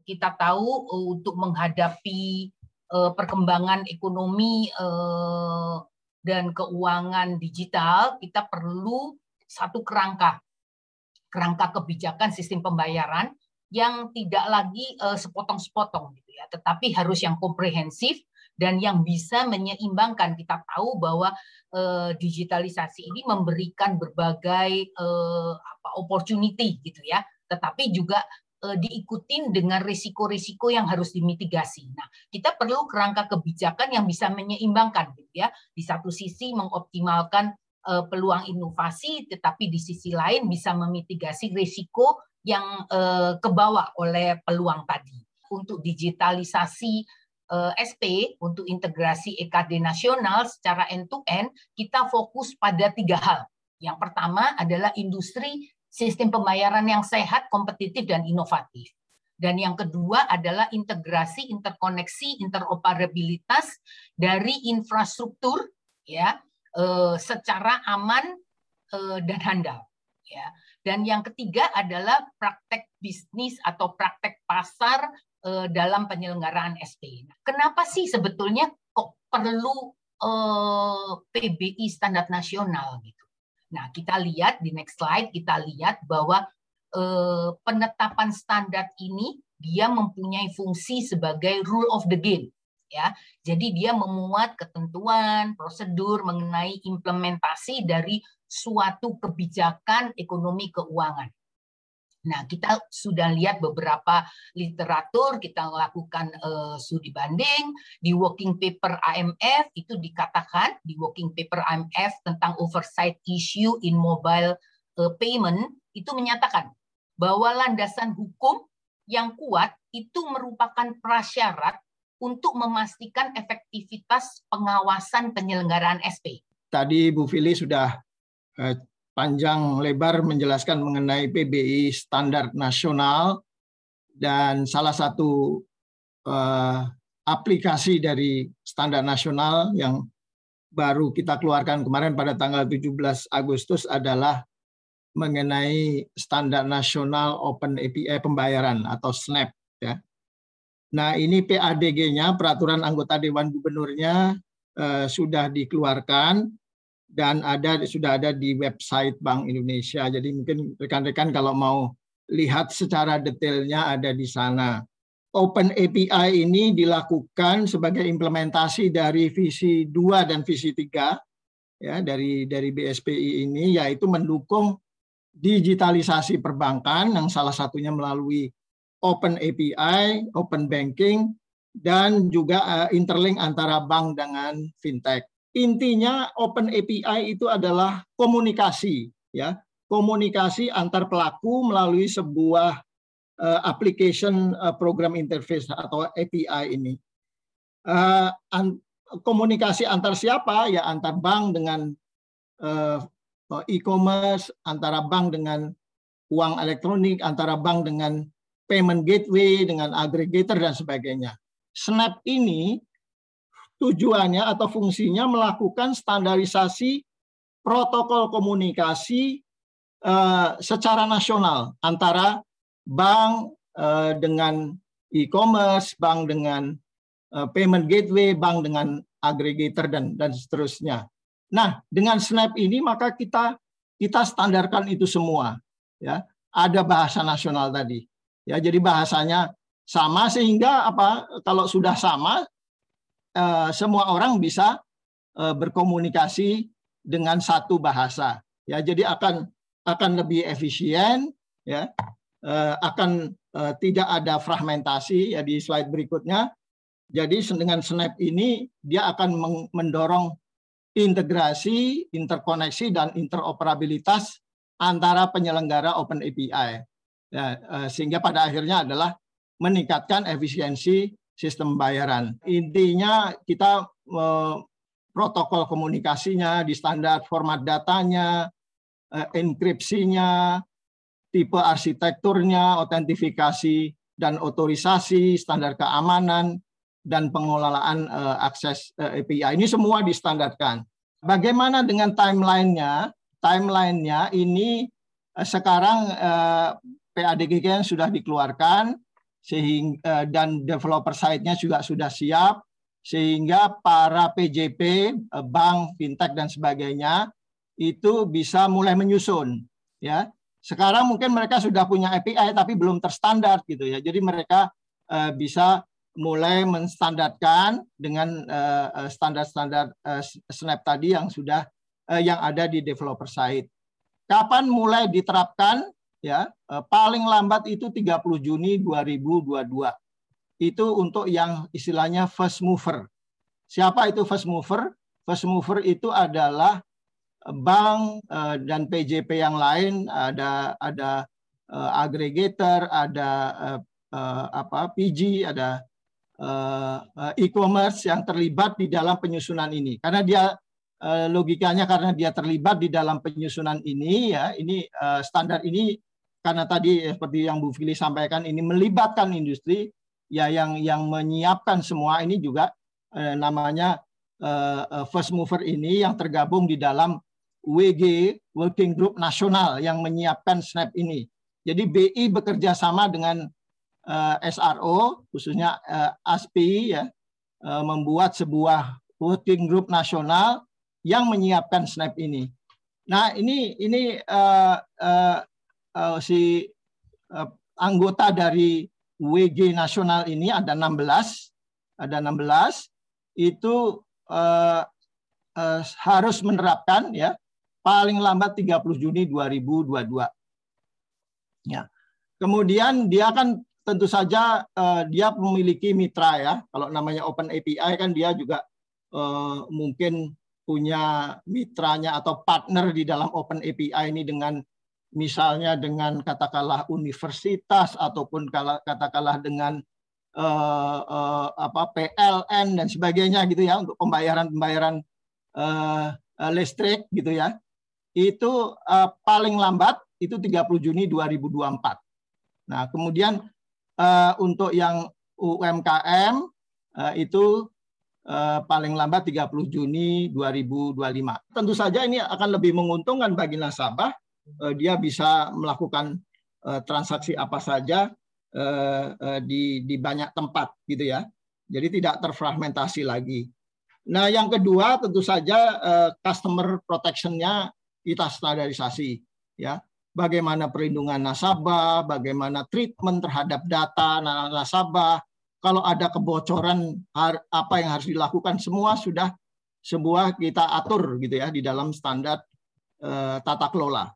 kita tahu untuk menghadapi perkembangan ekonomi dan keuangan digital, kita perlu satu kerangka kebijakan sistem pembayaran yang tidak lagi sepotong-sepotong gitu ya, tetapi harus yang komprehensif dan yang bisa menyeimbangkan. Kita tahu bahwa digitalisasi ini memberikan berbagai opportunity gitu ya, tetapi juga diikutin dengan risiko-risiko yang harus dimitigasi. Nah, kita perlu kerangka kebijakan yang bisa menyeimbangkan gitu ya. Di satu sisi mengoptimalkan peluang inovasi, tetapi di sisi lain bisa memitigasi risiko yang kebawa oleh peluang tadi. Untuk digitalisasi SP, untuk integrasi EKD nasional secara end-to-end, kita fokus pada 3 hal. Yang pertama adalah industri sistem pembayaran yang sehat, kompetitif, dan inovatif. Dan yang kedua adalah integrasi, interkoneksi, interoperabilitas dari infrastruktur ya secara aman dan handal. Ya. Dan yang ketiga adalah praktek bisnis atau praktek pasar dalam penyelenggaraan SP. Kenapa sih sebetulnya kok perlu PBI standar nasional gitu? Nah, kita lihat di next slide, kita lihat bahwa penetapan standar ini dia mempunyai fungsi sebagai rule of the game. Ya, jadi dia memuat ketentuan, prosedur mengenai implementasi dari suatu kebijakan ekonomi keuangan. Nah, kita sudah lihat beberapa literatur, kita lakukan studi banding di working paper IMF, itu dikatakan di working paper IMF tentang oversight issue in mobile payment, itu menyatakan bahwa landasan hukum yang kuat itu merupakan prasyarat untuk memastikan efektivitas pengawasan penyelenggaraan SP. Tadi Bu Fili sudah panjang lebar menjelaskan mengenai PBI standar nasional, dan salah satu aplikasi dari standar nasional yang baru kita keluarkan kemarin pada tanggal 17 Agustus adalah mengenai standar nasional Open API pembayaran atau SNAP ya. Nah, ini PADG-nya, peraturan anggota Dewan Gubernurnya sudah dikeluarkan dan sudah ada di website Bank Indonesia. Jadi mungkin rekan-rekan kalau mau lihat secara detailnya ada di sana. Open API ini dilakukan sebagai implementasi dari visi 2 dan visi 3 ya dari BSPI ini, yaitu mendukung digitalisasi perbankan yang salah satunya melalui Open API, Open Banking, dan juga interlink antara bank dengan fintech. Intinya Open API itu adalah komunikasi, ya, komunikasi antar pelaku melalui sebuah application program interface atau API ini. Komunikasi antar siapa? Ya antar bank dengan e-commerce, antara bank dengan uang elektronik, antara bank dengan payment gateway, dengan aggregator dan sebagainya. Snap ini tujuannya atau fungsinya melakukan standarisasi protokol komunikasi secara nasional antara bank dengan e-commerce, bank dengan payment gateway, bank dengan aggregator dan seterusnya. Nah, dengan Snap ini maka kita standarkan itu semua, ya. Ada bahasa nasional tadi, ya. Jadi bahasanya sama sehingga kalau sudah sama, semua orang bisa berkomunikasi dengan satu bahasa, ya. Jadi akan lebih efisien, ya. Akan tidak ada fragmentasi, ya, di slide berikutnya. Jadi dengan Snap ini dia akan mendorong integrasi, interkoneksi, dan interoperabilitas antara penyelenggara Open API, ya, sehingga pada akhirnya adalah meningkatkan efisiensi sistem pembayaran. Intinya kita protokol komunikasinya, di standar format datanya, enkripsinya, tipe arsitekturnya, autentifikasi dan otorisasi, standar keamanan, dan pengelolaan akses API. Ini semua distandarkan. Bagaimana dengan timeline-nya? Timeline-nya ini sekarang PADG yang sudah dikeluarkan sehingga dan developer site-nya juga sudah siap, sehingga para PJP, bank, fintech dan sebagainya itu bisa mulai menyusun. Ya, sekarang mungkin mereka sudah punya API tapi belum terstandar gitu ya. Jadi mereka bisa mulai menstandarkan dengan standar-standar Snap tadi yang sudah yang ada di developer site. Kapan mulai diterapkan? Ya, paling lambat itu 30 Juni 2022. Itu untuk yang istilahnya first mover. Siapa itu first mover? First mover itu adalah bank dan PJP yang lain, ada aggregator, ada PG, ada e-commerce yang terlibat di dalam penyusunan ini. Karena dia logikanya karena dia terlibat di dalam penyusunan ini, ya, ini standar ini karena tadi seperti yang Bu Fili sampaikan ini melibatkan industri, ya, yang menyiapkan semua ini juga namanya first mover ini yang tergabung di dalam WG, Working Group Nasional, yang menyiapkan Snap ini. Jadi BI bekerja sama dengan SRO, khususnya ASPI, ya, membuat sebuah Working Group Nasional yang menyiapkan Snap ini. Nah, ini si anggota dari WG nasional ini ada 16 itu harus menerapkan, ya, paling lambat 30 Juni 2022. Ya. Kemudian dia kan tentu saja dia memiliki mitra, ya. Kalau namanya Open API kan dia juga mungkin punya mitranya atau partner di dalam Open API ini dengan misalnya dengan katakanlah universitas ataupun katakanlah dengan PLN dan sebagainya gitu ya, untuk pembayaran listrik gitu ya. Itu paling lambat itu 30 Juni 2024. Nah, kemudian untuk yang UMKM itu paling lambat 30 Juni 2025. Tentu saja ini akan lebih menguntungkan bagi nasabah. Dia bisa melakukan transaksi apa saja di banyak tempat gitu ya. Jadi tidak terfragmentasi lagi. Nah, yang kedua tentu saja customer protection-nya kita standarisasi, ya. Bagaimana perlindungan nasabah, bagaimana treatment terhadap data nasabah. Kalau ada kebocoran apa yang harus dilakukan, semua sudah sebuah kita atur gitu ya di dalam standar tata kelola.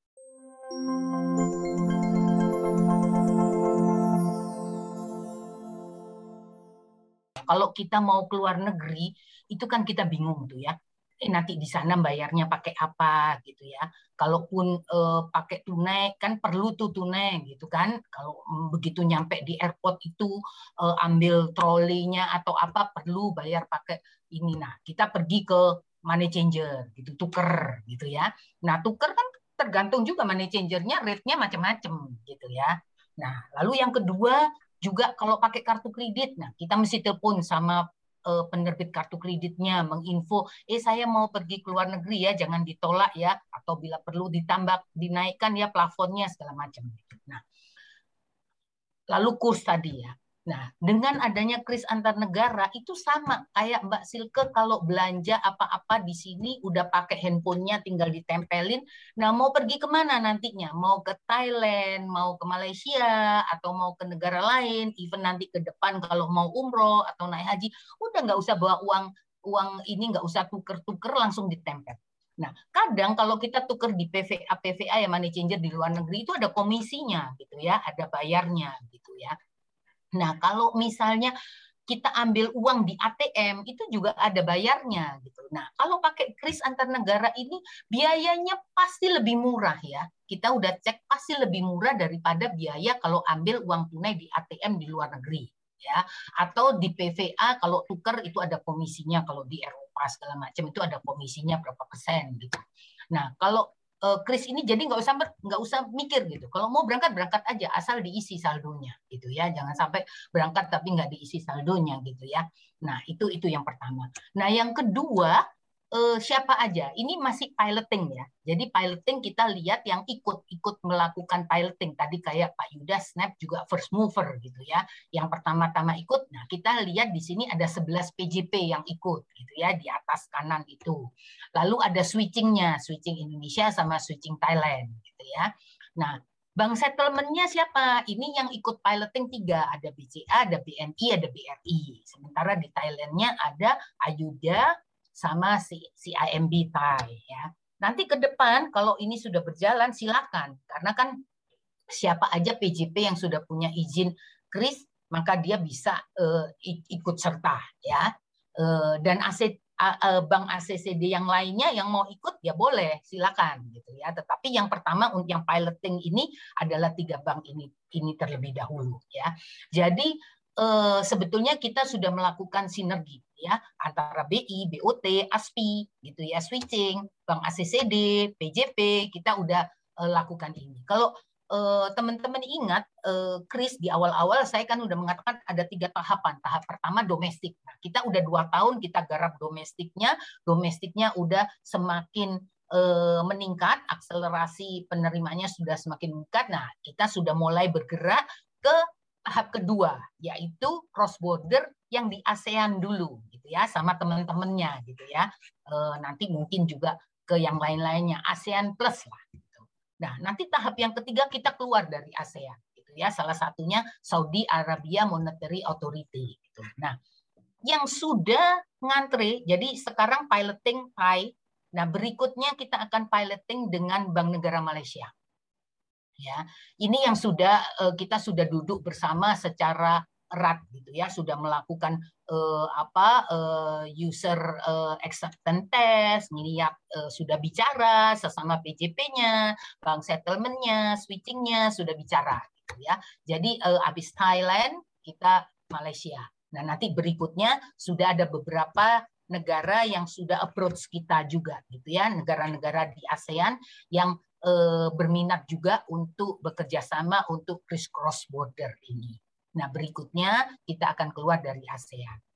Kalau kita mau keluar negeri, itu kan kita bingung tuh ya. Nanti di sana bayarnya pakai apa gitu ya. Kalaupun pakai tunai kan perlu tuh tunai gitu kan. Kalau begitu nyampe di airport itu ambil trolinya atau apa perlu bayar pakai ini. Nah, kita pergi ke money changer gitu, tuker gitu ya. Nah, tuker kan tergantung juga money changernya, rate-nya macam-macam gitu ya. Nah, lalu yang kedua juga kalau pakai kartu kredit, nah kita mesti telepon sama penerbit kartu kreditnya, menginfo, saya mau pergi ke luar negeri ya, jangan ditolak ya, atau bila perlu ditambah, dinaikkan ya plafonnya segala macam. Nah, lalu kurs tadi ya. Nah, dengan adanya kris antar negara itu sama kayak Mbak Silke kalau belanja apa-apa di sini udah pakai handphonenya tinggal ditempelin. Nah, mau pergi kemana nantinya? Mau ke Thailand, mau ke Malaysia, atau mau ke negara lain, even nanti ke depan kalau mau umroh atau naik haji, udah nggak usah bawa uang ini, nggak usah tuker-tuker, langsung ditempel. Nah, kadang kalau kita tuker di PVA ya money changer di luar negeri itu ada komisinya gitu ya, ada bayarnya gitu ya. Nah, kalau misalnya kita ambil uang di ATM itu juga ada bayarnya gitu. Nah, kalau pakai kris antar negara ini biayanya pasti lebih murah ya. Kita udah cek pasti lebih murah daripada biaya kalau ambil uang tunai di ATM di luar negeri ya. Atau di PVA kalau tuker itu ada komisinya, kalau di Eropa segala macam itu ada komisinya berapa persen gitu. Nah, kalau kris ini jadi nggak usah mikir gitu. Kalau mau berangkat aja, asal diisi saldonya gitu ya. Jangan sampai berangkat tapi nggak diisi saldonya gitu ya. Nah itu yang pertama. Nah yang kedua siapa aja. Ini masih piloting ya. Jadi piloting kita lihat yang ikut melakukan piloting. Tadi kayak Pak Yuda, Snap juga first mover gitu ya. Yang pertama-tama ikut. Nah, kita lihat di sini ada 11 PJP yang ikut gitu ya di atas kanan itu. Lalu ada switchingnya, switching Indonesia sama switching Thailand gitu ya. Nah, bank settlement-nya siapa? Ini yang ikut piloting 3. Ada BCA, ada BNI, ada BRI. Sementara di Thailand-nya ada Ayuda, sama si IMB Thai ya. Nanti ke depan kalau ini sudah berjalan silakan karena kan siapa aja PJP yang sudah punya izin KRIS maka dia bisa ikut serta ya. Dan bank ACCD yang lainnya yang mau ikut ya boleh silakan gitu ya. Tetapi yang pertama untuk yang piloting ini adalah 3 bank ini terlebih dahulu ya. Jadi sebetulnya kita sudah melakukan sinergi ya antara BI, BOT, ASPI gitu ya, switching, Bank ACCD, PJP kita udah lakukan ini. Kalau teman-teman ingat Kris di awal-awal saya kan udah mengatakan ada 3 tahapan. Tahap pertama domestik. Nah, kita udah 2 tahun kita garap domestiknya udah semakin meningkat, akselerasi penerimanya sudah semakin meningkat. Nah, kita sudah mulai bergerak ke tahap kedua, yaitu cross border yang di ASEAN dulu, gitu ya, sama teman-temannya, gitu ya. Nanti mungkin juga ke yang lain-lainnya, ASEAN Plus lah. Gitu. Nah, nanti tahap yang ketiga kita keluar dari ASEAN, gitu ya. Salah satunya Saudi Arabia Monetary Authority. Gitu. Nah, yang sudah ngantre, jadi sekarang piloting Thai. Nah, berikutnya kita akan piloting dengan Bank Negara Malaysia. Ya, ini yang sudah kita sudah duduk bersama secara erat gitu ya, sudah melakukan user acceptance test, ngelihat sudah bicara sesama PJP-nya, bank settlement-nya, switching-nya sudah bicara gitu ya. Jadi habis Thailand kita Malaysia. Nah, nanti berikutnya sudah ada beberapa negara yang sudah approach kita juga gitu ya, negara-negara di ASEAN yang berminat juga untuk bekerja sama untuk cross border ini. Nah, berikutnya kita akan keluar dari ASEAN.